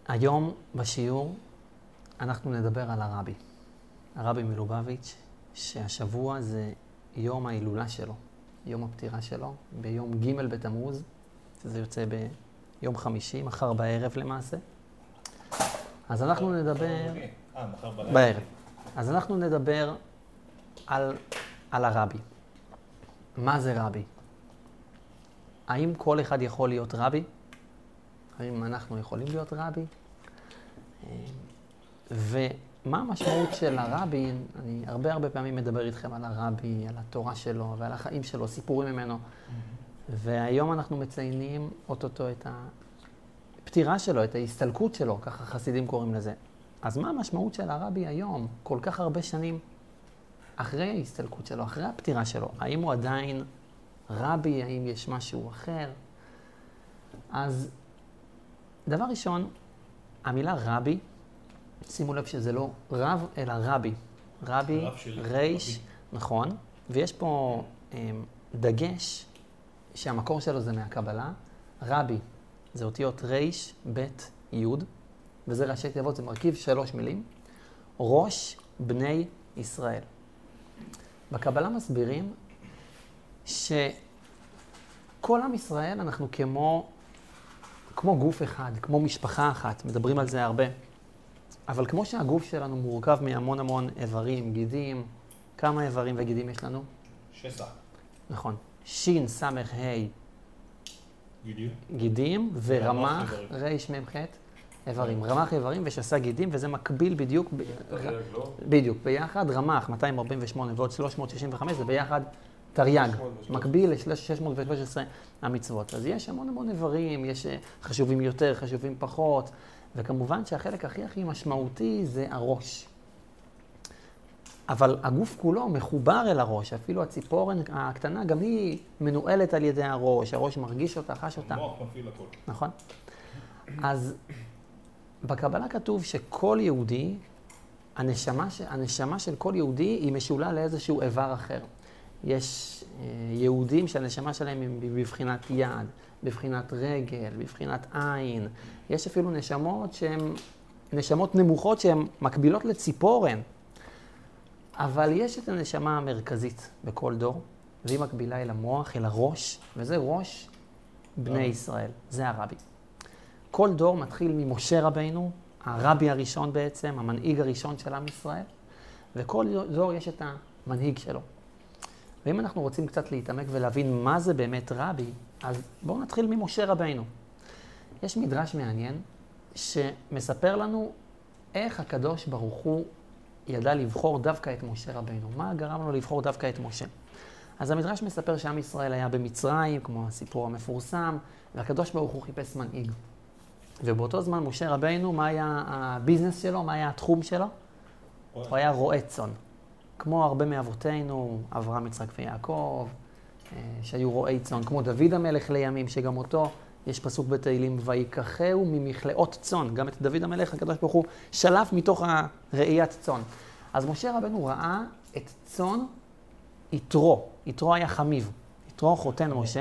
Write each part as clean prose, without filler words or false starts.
היום בשיעור אנחנו נדבר על הרבי. הרבי מלובביץ', שהשבוע זה יום ההילולה שלו, יום הפטירה שלו, ביום ג' בתמוז, שזה יוצא ביום חמישי, מחר בערב למעשה. אז אנחנו נדבר... מחר בערב. אז אנחנו נדבר על הרבי. מה זה רבי? האם כל אחד יכול להיות רבי? האם אנחנו יכולים להיות רבי? ומה המשמעות של הרבי? אני הרבה פעמים מדבר איתכם על הרבי, על התורה שלו ועל החיים שלו, סיפורים ממנו. והיום אנחנו מציינים אוטוטו את הפטירה שלו, את ההסתלקות שלו, ככה חסידים קוראים לזה. אז מה המשמעות של הרבי היום, כל כך הרבה שנים אחרי ההסתלקות שלו, אחרי הפטירה שלו? האם הוא עדיין רבי? האם יש משהו אחר? אז דבר ראשון, המילה רבי, שימו לב שזה לא רב, אלא רבי. רבי, ריש, נכון. ויש פה דגש שהמקור שלו זה מהקבלה. רבי זה אותיות ריש, בית, יוד, וזה ראשי תיבות, זה מרכיב 3 מילים. ראש בני ישראל. בקבלה מסבירים שכל עם ישראל אנחנו כמו גוף אחד, כמו משפחה אחת, מדברים על זה הרבה. אבל כמו שהגוף שלנו מורכב מהמון איברים, גידים, כמה איברים וגידים יש לנו? 6. נכון. שין, סמך, ה' גידים. גידים, ורמח, ריש, מ', ח' איברים. רמח איברים ושסה גידים, וזה מקביל בדיוק, בדיוק, ביחד, רמח 248 ועוד 365, זה ביחד תרי"ג, מקביל ל-613 המצוות. אז יש המון איברים, יש חשובים יותר, חשובים פחות, וכמובן שהחלק הכי משמעותי זה הראש. אבל הגוף כולו מחובר אל הראש, אפילו הציפורן הקטנה גם היא מנוהלת על ידי הראש מרגיש אותה, חש אותה. המוח מפעיל הכל. נכון. אז בקבלה כתוב שכל יהודי, הנשמה של כל יהודי היא משולה לאיזשהו איבר אחר. יש יהודים שהנשמה שלהם היא בבחינת יד, בבחינת רגל, בבחינת עין. יש אפילו נשמות שהן נשמות נמוכות שהן מקבילות לציפורן. אבל יש את הנשמה המרכזית בכל דור, והיא מקבילה אל המוח, אל הראש, וזה ראש בני ישראל. זה הרבי. כל דור מתחיל ממשה רבינו, הרבי הראשון בעצם, המנהיג הראשון של עם ישראל, וכל דור יש את המנהיג שלו. ואם אנחנו רוצים קצת להתעמק ולהבין מה זה באמת רבי, אז בואו נתחיל ממשה רבינו. יש מדרש מעניין שמספר לנו איך הקדוש ברוך הוא ידע לבחור דווקא את משה רבינו. מה גרם לו לבחור דווקא את משה? אז המדרש מספר שעם ישראל היה במצרים, כמו הסיפור המפורסם, והקדוש ברוך הוא חיפש מנהיג. ובאותו זמן משה רבינו, מה היה הביזנס שלו? מה היה התחום שלו? הוא היה רועה צאן. כמו הרבה מאבותינו, אברהם, יצחק ויעקב, שהיו רועי צאן, כמו דוד המלך לימים, שגם אותו יש פסוק בתהילים, ויקחהו ממכלאות צאן. גם את דוד המלך, הקדוש ברוך הוא שלף מתוך ראיית צאן. אז משה רבנו ראה את צאן יתרו. יתרו היה חמיב. יתרו חותן משה.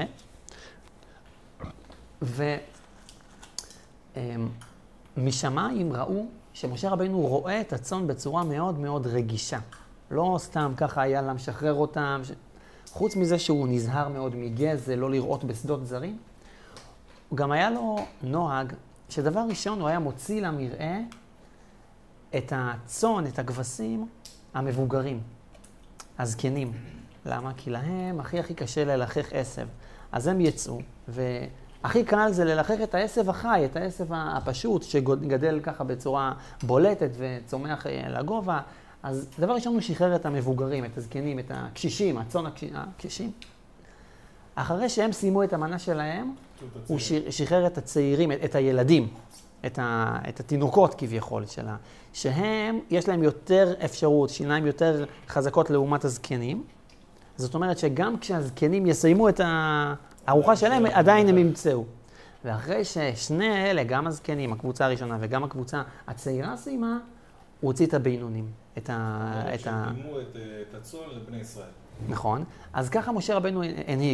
ומשמיים ראו שמשה רבנו רואה את הצאן בצורה מאוד רגישה. לא סתם ככה היה לה משחרר אותם. חוץ מזה שהוא נזהר מאוד מגזל, לא לראות בשדות זרים, גם היה לו נוהג שדבר ראשון הוא היה מוציא למרעה את הצאן, את הכבשים המבוגרים, הזקנים. למה? כי להם הכי קשה ללחך עשב. אז הם יצאו, והכי קל זה ללחך את העשב החי, את העשב הפשוט שגדל ככה בצורה בולטת וצומח לגובה. אז דבר ראשון הוא שחרר את המבוגרים, את הזקנים, את הקשישים, הצאן הקשישים. אחרי שהם סיימו את המנה שלהם, הוא שחרר את הצעירים, את הילדים, את התינוקות כביכול שלה, שהם, יש להם יותר אפשרות, שיניים יותר חזקות לעומת הזקנים. זאת אומרת שגם כשהזקנים יסיימו את הארוחה שלהם, עדיין הם ימצאו. ואחרי ששני אלה, גם הזקנים, הקבוצה הראשונה וגם הקבוצה הצעירה סיימה, הוא הוציא את הבינונים. שדימו את הצאן לבני ישראל. נכון. אז ככה משה רבנו הנהיג.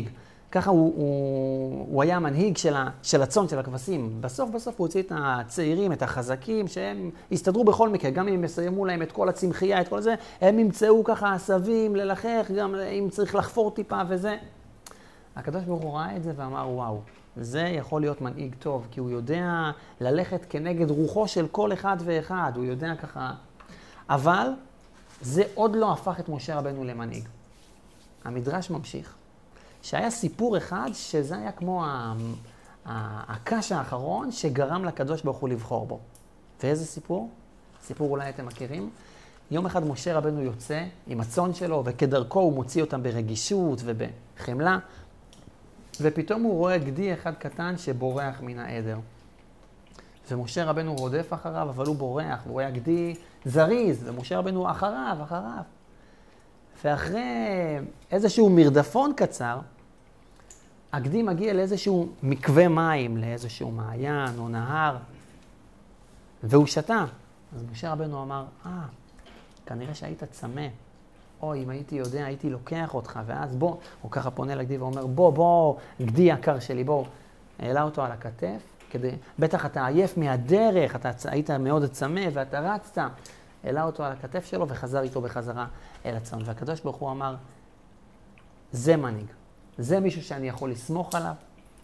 ככה הוא היה המנהיג של הצאן, של הכבשים. בסוף הוא הוציא את הצעירים, את החזקים, שהם הסתדרו בכל מקרה, גם אם הם יסיימו להם את כל הצמחייה, את כל זה, הם ימצאו ככה עשבים, ללחך, גם אם צריך לחפור טיפה וזה. הקדוש ברוך הוא ראה את זה ואמר, וואו, זה יכול להיות מנהיג טוב, כי הוא יודע ללכת כנגד רוחו של כל אחד ואחד, הוא יודע ככה. אבל זה עוד לא הפך את משה רבנו למנהיג. המדרש ממשיך. שהיה סיפור אחד שזה היה כמו הקש האחרון שגרם לקדוש ברוך הוא לבחור בו. ואיזה סיפור? סיפור אולי אתם מכירים. יום אחד משה רבנו יוצא עם הצאן שלו, וכדרכו הוא מוציא אותם ברגישות ובחמלה, ופתאום הוא רואה גדי אחד קטן שבורח מן העדר. ומשה רבנו רודף אחריו, אבל הוא בורח, והוא היה גדי זריז, ומשה רבנו אחריו. ואחרי איזשהו מרדפון קצר, הגדי מגיע לאיזשהו מקווה מים, לאיזשהו מעיין או נהר, והוא שתה. אז משה רבנו אמר, כנראה שהיית צמא. אם הייתי יודע, הייתי לוקח אותך, ואז בוא, הוא ככה פונה לגדי ואומר, בוא, גדי יקר שלי, בוא. העלה אותו על הכתף, בטח אתה עייף מהדרך, אתה היית מאוד צמא ואתה רצת. העלה אותו על הכתף שלו וחזר איתו בחזרה אל הצאן. והקדוש ברוך הוא אמר, זה מנהיג. זה מישהו שאני יכול לסמוך עליו.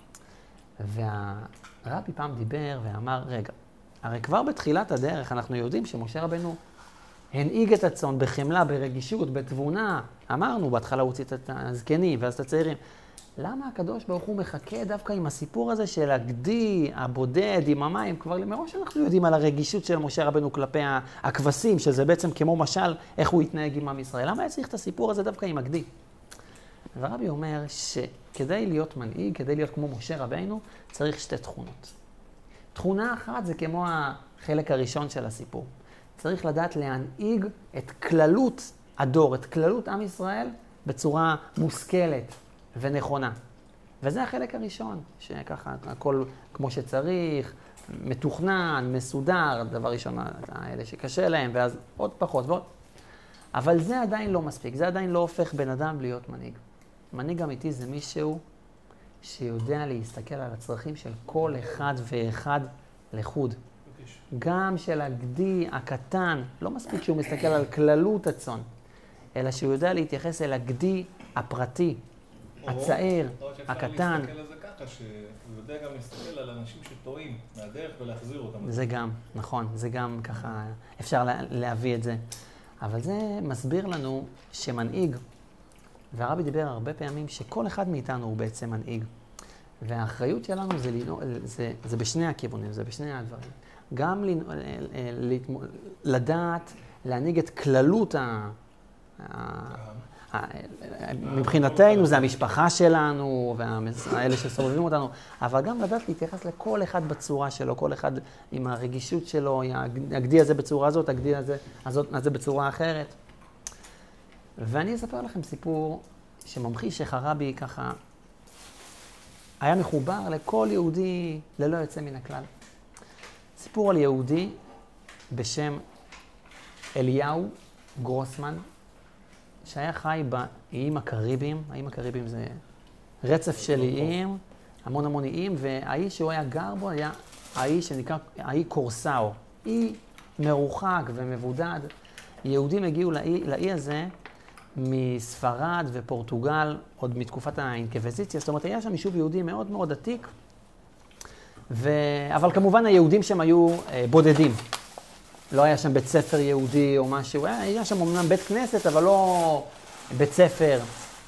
והרבי פעם דיבר ואמר, רגע, הרי כבר בתחילת הדרך אנחנו יודעים שמשה רבנו הנהיג את הצאן בחמלה, ברגישות, בתבונה. אמרנו, בהתחלה הוא הוציא את הזקנים ואז את הצעירים. למה הקדוש ברוך הוא מחכה דווקא עם הסיפור הזה של הגדי, הבודד, עם המים? כבר מראש אנחנו יודעים על הרגישות של משה רבנו כלפי הכבשים, שזה בעצם כמו משל איך הוא התנהג עם עם ישראל. למה היה צריך את הסיפור הזה דווקא עם הגדי? והרבי אומר שכדי להיות מנהיג, כדי להיות כמו משה רבנו, צריך שתי תכונות. תכונה אחת זה כמו החלק הראשון של הסיפור. צריך לדעת להנהיג את כללות הדור, את כללות עם ישראל, בצורה מושכלת ונכונה. וזה החלק הראשון, שככה הכל כמו שצריך, מתוכנן, מסודר, דבר ראשון, האלה שקשה להם, ואז עוד פחות ועוד. אבל זה עדיין לא מספיק, זה עדיין לא הופך בן אדם להיות מנהיג. מנהיג אמיתי זה מישהו שיודע להסתכל על הצרכים של כל אחד ואחד לחוד. גם של הגדי הקטן, לא מספיק שהוא מסתכל על כללות הצאן, אלא שהוא יודע להתייחס אל הגדי הפרטי, הצעיר, הקטן. להסתכל על זה ככה, שהוא יודע גם להסתכל על אנשים שטועים מהדרך ולהחזיר אותם. זה גם, נכון, זה גם ככה, אפשר להביא את זה. אבל זה מסביר לנו שמנהיג, והרבי דיבר הרבה פעמים שכל אחד מאיתנו הוא בעצם מנהיג. והאחריות שלנו זה בשני הכיוונים, זה בשני הדברים. גם לדעת, להנהיג את כללות מבחינתנו זה המשפחה שלנו והאלה שסובבים אותנו, אבל גם לדעת להתייחס לכל אחד בצורה שלו, כל אחד עם הרגישות שלו, הגדי הזה בצורה הזאת, הגדי הזה בצורה אחרת. ואני אספר לכם סיפור שממחיש איך הרבי ככה היה מחובר לכל יהודי ללא יוצא מן הכלל. סיפור על יהודי בשם אליהו גרוסמן, שהיה חי באיים הקריביים. האיים הקריביים זה רצף של איים, המון איים, והאי שהוא היה גר בו היה האי שנקרא האי קורסאו. אי מרוחק ומבודד. יהודים הגיעו לאי הזה מספרד ופורטוגל, עוד מתקופת האינקוויזיציה. זאת אומרת, היה שם יישוב יהודי מאוד מאוד עתיק, אבל כמובן היהודים שם היו בודדים. לא היה שם בית ספר יהודי או משהו, היה שם אמנם בית כנסת, אבל לא בית ספר.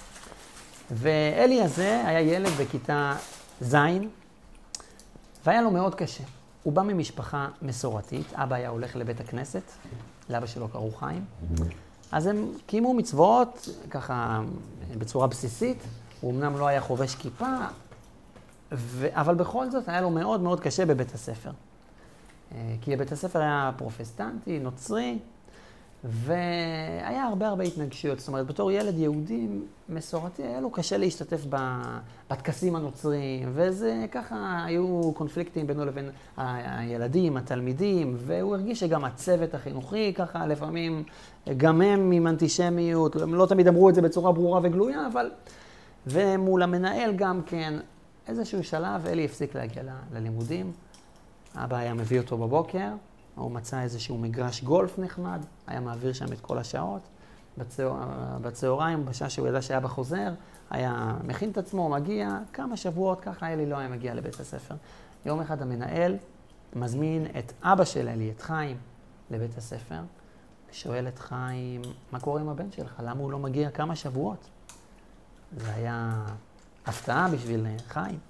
ואלי הזה היה ילד בכיתה ז', והיה לו מאוד קשה. הוא בא ממשפחה מסורתית, אבא היה הולך לבית הכנסת, לאבא שלו קראו חיים. אז הם קיימו מצוות, ככה בצורה בסיסית, הוא אמנם לא היה חובש כיפה, אבל בכל זאת היה לו מאוד מאוד קשה בבית הספר. כי בית הספר היה פרוטסטנטי, נוצרי, והיה הרבה התנגשויות. זאת אומרת, בתור ילד יהודי מסורתי, היה לו קשה להשתתף בטקסים הנוצריים, וזה ככה, היו קונפליקטים בינו לבין הילדים, התלמידים, והוא הרגיש שגם הצוות החינוכי ככה, לפעמים גם הם עם אנטישמיות, הם לא תמיד אמרו את זה בצורה ברורה וגלויה, אבל ומול המנהל גם כן, איזשהו שלב, אלי הפסיק להגיע ללימודים. אבא היה מביא אותו בבוקר, הוא מצא איזשהו מגרש גולף נחמד, היה מעביר שם את כל השעות. בצהריים, בשעה שהוא ידע שאבא חוזר, היה מכין את עצמו, מגיע, כמה שבועות, ככה אלי לא היה מגיע לבית הספר. יום אחד המנהל מזמין את אבא של אלי, את חיים, לבית הספר, ושואל את חיים, מה קורה עם הבן שלך? למה הוא לא מגיע כמה שבועות? זה היה הפתעה בשביל חיים.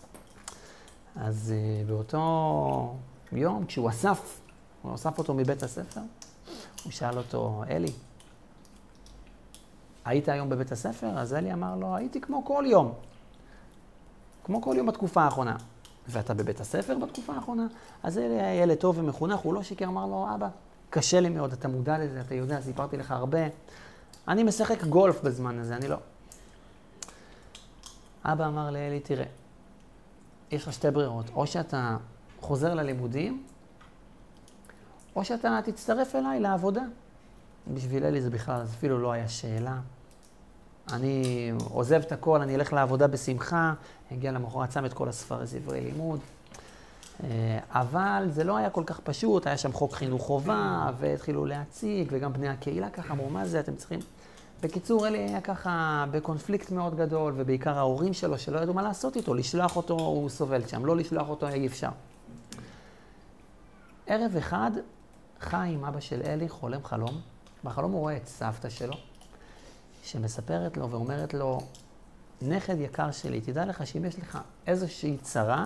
אז באותו יום, כשהוא אסף אותו מבית הספר, הוא שאל אותו, אלי, היית היום בבית הספר? אז אלי אמר לו, הייתי כמו כל יום. כמו כל יום בתקופה האחרונה. ואתה בבית הספר בתקופה האחרונה? אז אלי היה ילד טוב ומחונך, הוא לא שיקר, אמר לו, אבא, קשה לי מאוד, אתה מודע לזה, אתה יודע, סיפרתי לך הרבה. אני משחק גולף בזמן הזה, אני לא. אבא אמר לאלי, תראה, יש לך שתי ברירות, או שאתה חוזר ללימודים, או שאתה תצטרף אליי לעבודה. בשביל אלי זה בכלל, אז אפילו לא היה שאלה. אני עוזב את הכל, אני אלך לעבודה בשמחה, הגיע למחרת, שם את כל ספרי לימוד. אבל זה לא היה כל כך פשוט, היה שם חוק חינוך חובה, והתחילו להציג, וגם בני הקהילה ככה אמרו, מה זה, אתם צריכים... בקיצור, אלי היה ככה בקונפליקט מאוד גדול, ובעיקר ההורים שלו, שלא ידעו מה לעשות איתו, לשלוח אותו, הוא סובל שם, לא לשלוח אותו, אי אפשר. ערב אחד, חיים, אבא של אלי, חולם חלום. בחלום הוא רואה את סבתא שלו, שמספרת לו ואומרת לו, נכד יקר שלי, תדע לך שאם יש לך איזושהי צרה,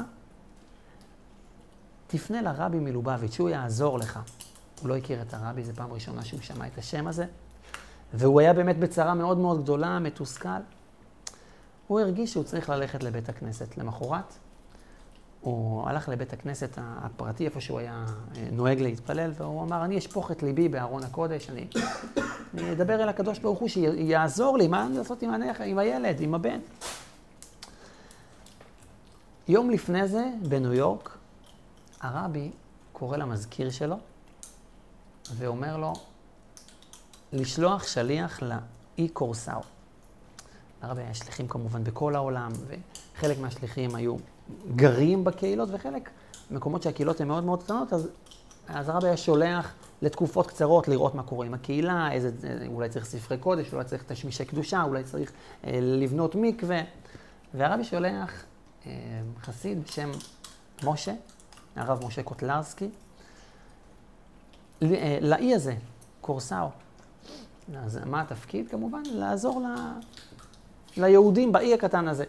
תפנה לרבי מלובביץ', שהוא יעזור לך. הוא לא הכיר את הרבי, זו פעם ראשונה שהוא שמע את השם הזה, והוא היה באמת בצרה מאוד מאוד גדולה, מתוסכל. הוא הרגיש שהוא צריך ללכת לבית הכנסת. למחרת, הוא הלך לבית הכנסת הפרטי, איפה שהוא היה נוהג להתפלל, והוא אמר, אני אשפוך את ליבי בארון הקודש, אני אדבר אל הקדוש ברוך הוא שיעזור לי, מה אני לעשות עם הילד, עם הבן. יום לפני זה, בניו יורק, הרבי קורא למזכיר שלו, ואומר לו, לשלוח שליח לאי קורסאו. הרבי היה שליחים כמובן בכל העולם, וחלק מהשליחים היו גרים בקהילות, וחלק מקומות שהקהילות הן מאוד מאוד קטנות, אז הרבי היה שולח לתקופות קצרות לראות מה קורה עם הקהילה, אולי צריך ספרי קודש, אולי צריך תשמישי קדושה, אולי צריך לבנות מקווה. והרבי שולח חסיד בשם משה, הרב משה קוטלרסקי, לאי הזה, קורסאו. אז מה התפקיד? כמובן, לעזור ליהודים באי הקטן הזה.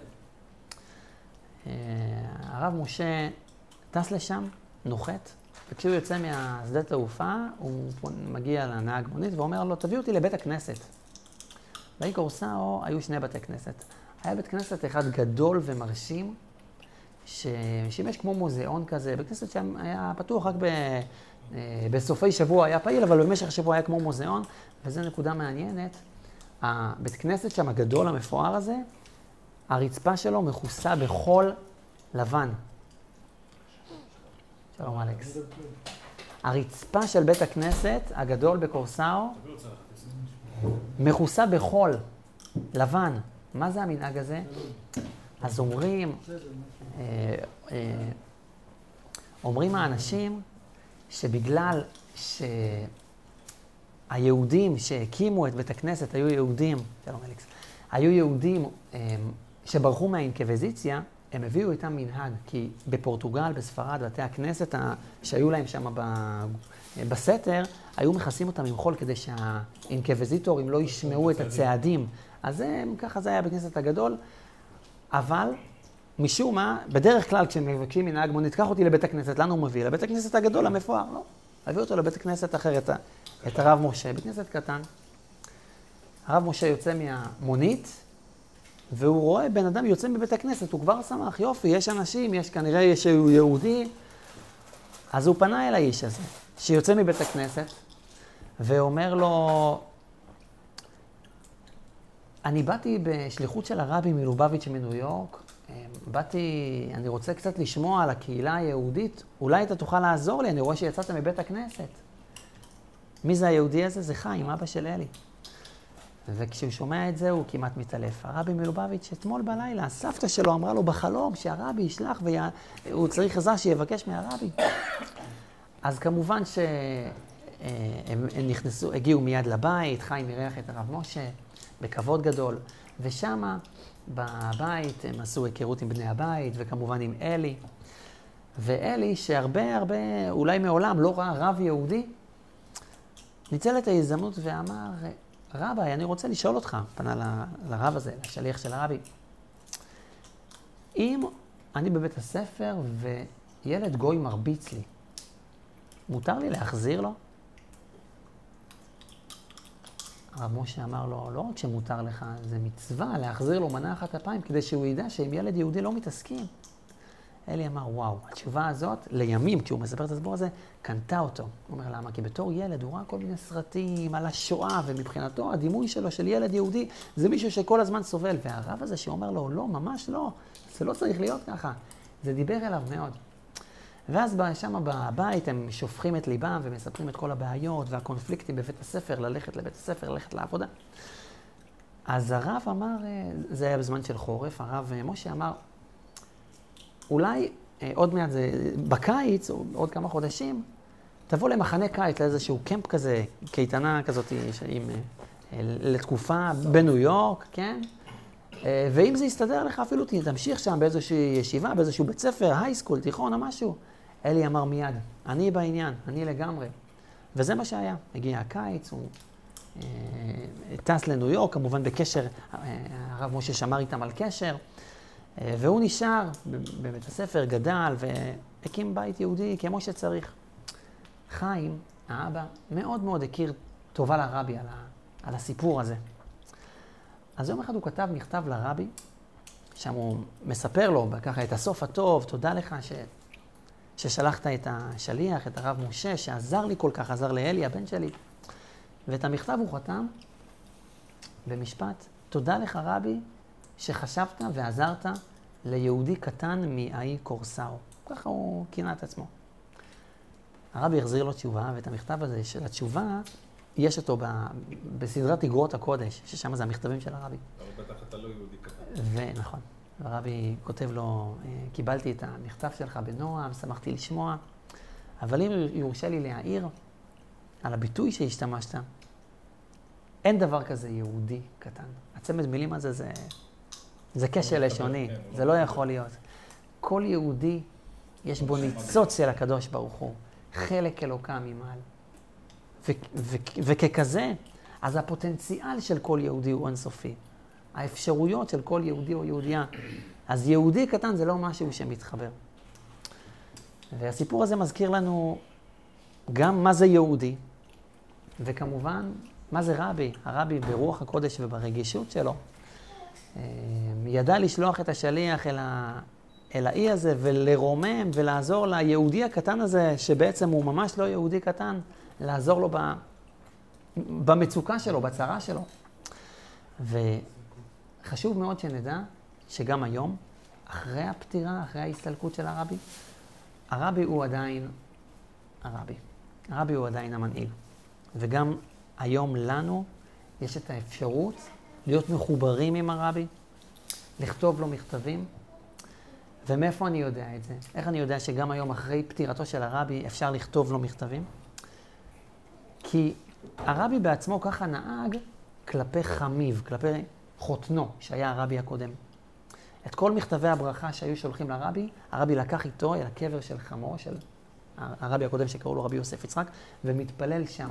הרב משה טס לשם, נוחת, וכשהוא יוצא מהשדה תעופה, הוא מגיע לנהג מונית ואומר לו, תביא אותי לבית הכנסת. באי קורסאו היו שני בתי כנסת. היה בית כנסת אחד גדול ומרשים, ששימש כמו מוזיאון כזה, בית כנסת שהיה פתוח רק בסופי שבוע היה פעיל, אבל במשך השבוע היה כמו מוזיאון, וזו נקודה מעניינת. הבית כנסת שם הגדול המפואר הזה, הרצפה שלו מכוסה בחול לבן. שלום אלכס. הרצפה של בית הכנסת הגדול בקורסאו מכוסה בחול לבן. מה זה המנהג הזה? אז אומרים האנשים שבגלל שהיהודים שהקימו את בית הכנסת היו יהודים, שלום אלכס, היו יהודים שברחו מהאינקוויזיציה, הם הביאו איתם מנהג, כי בפורטוגל, בספרד, בתי הכנסת שהיו להם שם בסתר, היו מכסים אותם עם חול כדי שהאינקוויזיטורים לא ישמעו את הצעדים. אז ככה זה היה בכנסת הגדול, אבל משום מה, בדרך כלל כשמבקשים מנהג מונית, קח אותי לבית הכנסת, לנו הוא מביא? לבית הכנסת הגדול, המפואר, לא. הביא אותו לבית הכנסת אחר, את הרב משה, בית כנסת קטן. הרב משה יוצא מהמונית, והוא רואה בן אדם יוצא מבית הכנסת, הוא כבר שמח, יופי, יש אנשים, יש כנראה יש יהודי. אז הוא פנה אל האיש הזה, שיוצא מבית הכנסת, ואומר לו, אני באתי בשליחות של הרבי מלובביץ' מניו יורק, אני רוצה קצת לשמוע על הקהילה היהודית, אולי אתה תוכל לעזור לי, אני רואה שיצאת מבית הכנסת. מי זה היהודי הזה? זה חיים, אבא של אלי. וכשהוא שומע את זה, הוא כמעט מתעלף. הרבי מלובביץ' אתמול בלילה, הסבתא שלו אמרה לו בחלום שהרבי ישלח והוא צריך עזרה שיבקש מהרבי. אז כמובן שהם נכנסו, הגיעו מיד לבית, חיים אירח את הרב משה בכבוד גדול, ושמה בבית הם עשו היכרות עם בני הבית, וכמובן עם אלי. ואלי, שהרבה, אולי מעולם לא ראה רב יהודי, ניצל את ההזדמנות ואמר, רבי, אני רוצה לשאול אותך, פנה לרב הזה, לשליח של הרבי, אם אני בבית הספר וילד גוי מרביץ לי, מותר לי להחזיר לו? הרב משה אמר לו, לא רק שמותר לך, זה מצווה להחזיר לו מנה אחת הפעם, כדי שהוא ידע שעם ילד יהודי לא מתעסקים. אלי אמר, וואו, התשובה הזאת, לימים, כשהוא מספר את הסיפור הזה, קנתה אותו. הוא אומר, למה? כי בתור ילד הוא ראה כל מיני סרטים על השואה, ומבחינתו הדימוי שלו של ילד יהודי, זה מישהו שכל הזמן סובל. והרב הזה שאומר לו, לא, ממש לא, זה לא צריך להיות ככה. זה דיבר אליו מאוד. ואז שם בבית הם שופכים את ליבם ומספרים את כל הבעיות והקונפליקטים בבית הספר, ללכת לבית הספר, ללכת לעבודה. אז הרב אמר, זה היה בזמן של חורף, הרב משה אמר, אולי עוד מעט זה, בקיץ, או עוד כמה חודשים, תבוא למחנה קיץ, לאיזשהו קמפ כזה, קייטנה כזאת, לתקופה בניו יורק, כן? ואם זה יסתדר לך, אפילו תמשיך שם באיזושהי ישיבה, באיזשהו בית ספר, הייסקול, תיכון או משהו. אלי אמר מיד, אני בעניין, אני לגמרי. וזה מה שהיה. הגיע הקיץ, הוא טס לניו יורק, כמובן בקשר, הרב משה שמר איתם על קשר, והוא נשאר בבית הספר, גדל והקים בית יהודי כמו שצריך. חיים, האבא, מאוד מאוד הכיר טובה לרבי על הסיפור הזה. אז יום אחד הוא כתב מכתב לרבי, שם הוא מספר לו ככה את הסוף הטוב, תודה לך ששלחת את השליח, את הרב משה, שעזר לי כל כך, עזר לאלי, הבן שלי. ואת המכתב הוא חתם במשפט, תודה לך רבי שחשבת ועזרת ליהודי קטן מאי קורסאו. ככה הוא כינה את עצמו. הרבי החזיר לו תשובה, ואת המכתב הזה של התשובה, יש אותו בסדרת אגרות הקודש, ששם זה המכתבים של הרבי. אבל בטח אתה לא יהודי קטן. ונכון. הרבי כותב לו, קיבלתי את המכתב שלך בנועם, שמחתי לשמוע, אבל אם יורשה לי להעיר על הביטוי שהשתמשת, אין דבר כזה יהודי קטן. הצמד מילים הזה זה כשל לשוני, זה לא יכול להיות. כל יהודי יש בו ניצוץ של הקדוש ברוך הוא, חלק אלוקה ממעל. וככזה, אז הפוטנציאל של כל יהודי הוא אינסופי. האפשרויות של כל יהודי או יהודייה. אז יהודי קטן זה לא משהו שמתחבר. והסיפור הזה מזכיר לנו גם מה זה יהודי, וכמובן, מה זה רבי. הרבי ברוח הקודש וברגישות שלו, ידע לשלוח את השליח אל האי הזה ולרומם ולעזור ליהודי הקטן הזה, שבעצם הוא ממש לא יהודי קטן, לעזור לו במצוקה שלו, בצרה שלו. וחשוב מאוד שנדע שגם היום, אחרי הפטירה, אחרי ההסתלקות של הרבי, הרבי הוא עדיין הרבי. הרבי הוא עדיין המנהיג. וגם היום לנו יש את האפשרות להיות מחוברים עם הרבי, לכתוב לו מכתבים. ומאיפה אני יודע את זה? איך אני יודע שגם היום אחרי פטירתו של הרבי אפשר לכתוב לו מכתבים? כי הרבי בעצמו ככה נהג כלפי חמיב, כלפי חותנו, שהיה הרבי הקודם. את כל מכתבי הברכה שהיו שולחים לרבי, הרבי לקח איתו אל הקבר של חמו, של הרבי הקודם שקראו לו רבי יוסף יצחק, ומתפלל שם.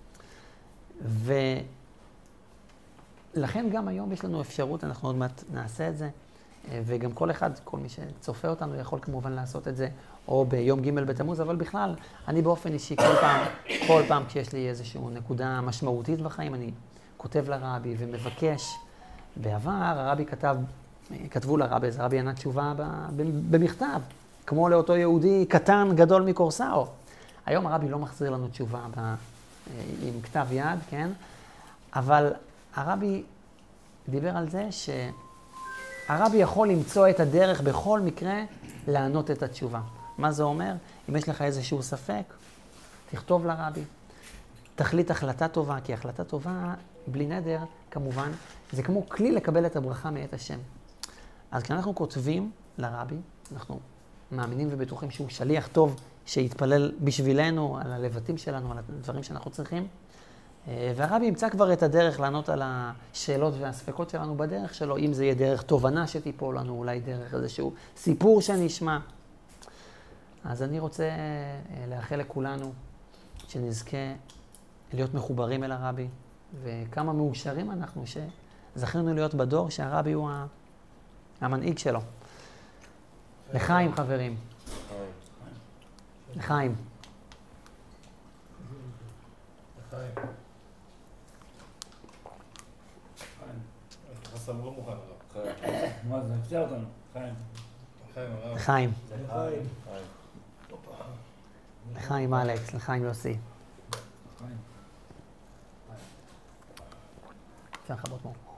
ולכן גם היום יש לנו אפשרות, אנחנו עוד מעט נעשה את זה, וגם כל אחד, כל מי שצופה אותנו יכול כמובן לעשות את זה, או ביום ג' בתמוז, אבל בכלל, אני באופן אישי כל פעם כשיש לי איזושהי נקודה משמעותית בחיים, אני כותב לרבי ומבקש. בעבר הרבי כתבו לרבי, אז הרבי ענה תשובה במכתב, כמו לאותו יהודי קטן גדול מקורסאו. היום הרבי לא מחזיר לנו תשובה עם כתב יד, כן? אבל הרבי דיבר על זה שהרבי יכול למצוא את הדרך בכל מקרה לענות את התשובה. מה זה אומר? אם יש לך איזשהו ספק, תכתוב לרבי. תחליט החלטה טובה, כי החלטה טובה, בלי נדר, כמובן, זה כמו כלי לקבל את הברכה מאת השם. אז כשאנחנו כותבים לרבי, אנחנו מאמינים ובטוחים שהוא שליח טוב שיתפלל בשבילנו, על הלבטים שלנו, על הדברים שאנחנו צריכים. והרבי ימצא כבר את הדרך לענות על השאלות והספקות שלנו בדרך שלו, אם זה יהיה דרך תובנה שתיפול לנו, אולי דרך איזשהו סיפור שנשמע. אז אני רוצה לאחל לכולנו שנזכה להיות מחוברים אל הרבי, וכמה מאושרים אנחנו שזכינו להיות בדור שהרבי הוא המנהיג שלו. לחיים, חברים. לחיים. לחיים. חסם לא מוכן הרב. מה זה? הפתיע אותנו. חיים. לחיים. לחיים. לחיים אלכס, לחיים יוסי. אפשר לחבות מור.